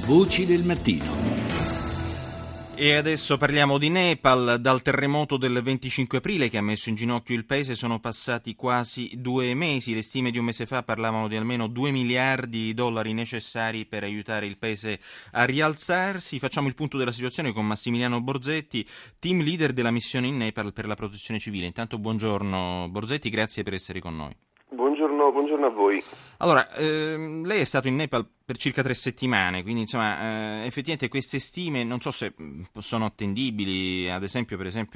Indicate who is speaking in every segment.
Speaker 1: Voci del mattino.
Speaker 2: E adesso parliamo di Nepal. Dal terremoto del 25 aprile che ha messo in ginocchio il paese sono passati quasi 2 mesi. Le stime di un mese fa parlavano di almeno 2 miliardi di dollari necessari per aiutare il paese a rialzarsi. Facciamo il punto della situazione con Massimiliano Borzetti, team leader della missione in Nepal per la protezione civile. Intanto buongiorno Borzetti, grazie per essere con noi.
Speaker 3: Buongiorno a voi.
Speaker 2: Allora, lei è stato in Nepal per circa 3 settimane, quindi insomma effettivamente queste stime non so se sono attendibili. Ad esempio,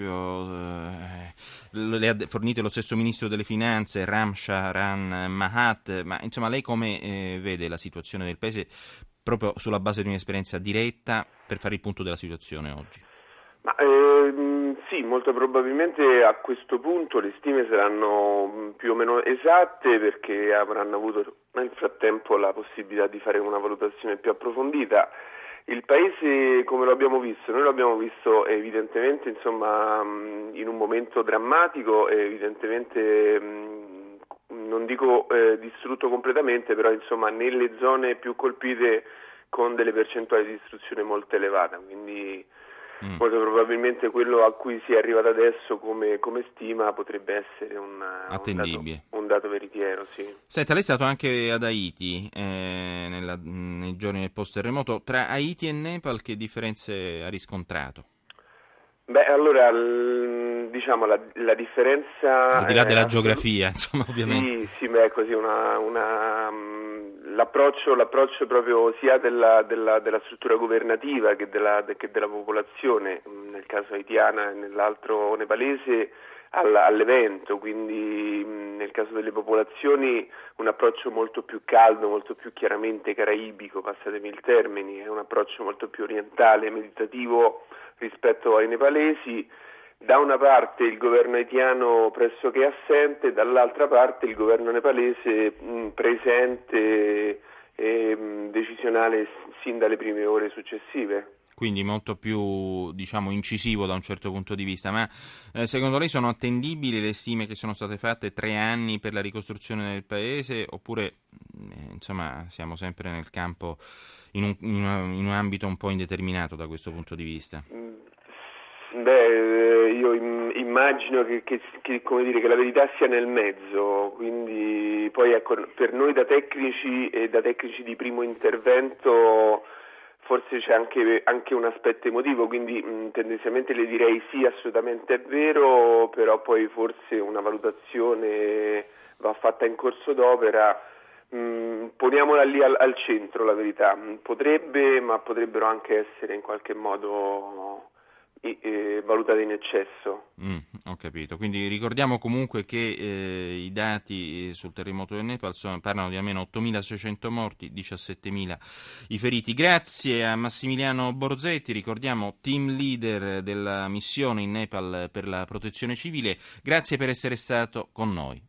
Speaker 2: le ha fornite lo stesso ministro delle finanze Ram Shahran Mahat, ma insomma lei come vede la situazione del paese proprio sulla base di un'esperienza diretta per fare il punto della situazione oggi?
Speaker 3: Sì, molto probabilmente a questo punto le stime saranno più o meno esatte, perché avranno avuto nel frattempo la possibilità di fare una valutazione più approfondita. Il paese come lo abbiamo visto? Noi lo abbiamo visto evidentemente in un momento drammatico, evidentemente non dico distrutto completamente, però nelle zone più colpite con delle percentuali di distruzione molto elevate, quindi molto probabilmente quello a cui si è arrivato adesso come stima potrebbe essere un dato veritiero, sì.
Speaker 2: Senta, lei è stato anche ad Haiti nei giorni del post-terremoto. Tra Haiti e Nepal che differenze ha riscontrato?
Speaker 3: Allora, diciamo la differenza...
Speaker 2: Al di là della geografia, insomma, ovviamente.
Speaker 3: Sì, è così l'approccio proprio sia della struttura governativa che della popolazione, nel caso haitiana e nell'altro nepalese, all'evento. Quindi nel caso delle popolazioni un approccio molto più caldo, molto più chiaramente caraibico, passatemi il termine, è un approccio molto più orientale, meditativo rispetto ai nepalesi. Da una parte il governo haitiano pressoché assente, dall'altra parte il governo nepalese presente e decisionale sin dalle prime ore successive.
Speaker 2: Quindi molto più, incisivo da un certo punto di vista. Ma secondo lei sono attendibili le stime che sono state fatte, 3 anni per la ricostruzione del paese, oppure siamo sempre nel campo in un ambito un po' indeterminato da questo punto di vista?
Speaker 3: Io immagino che la verità sia nel mezzo, quindi poi per noi da tecnici di primo intervento forse c'è anche un aspetto emotivo, quindi tendenzialmente le direi sì, assolutamente è vero, però poi forse una valutazione va fatta in corso d'opera. Poniamola lì al centro la verità, ma potrebbero anche essere in qualche modo valutate in eccesso.
Speaker 2: Ho capito, quindi ricordiamo comunque che i dati sul terremoto del Nepal parlano di almeno 8.600 morti, 17.000 i feriti. Grazie a Massimiliano Borzetti, ricordiamo team leader della missione in Nepal per la protezione civile, grazie per essere stato con noi.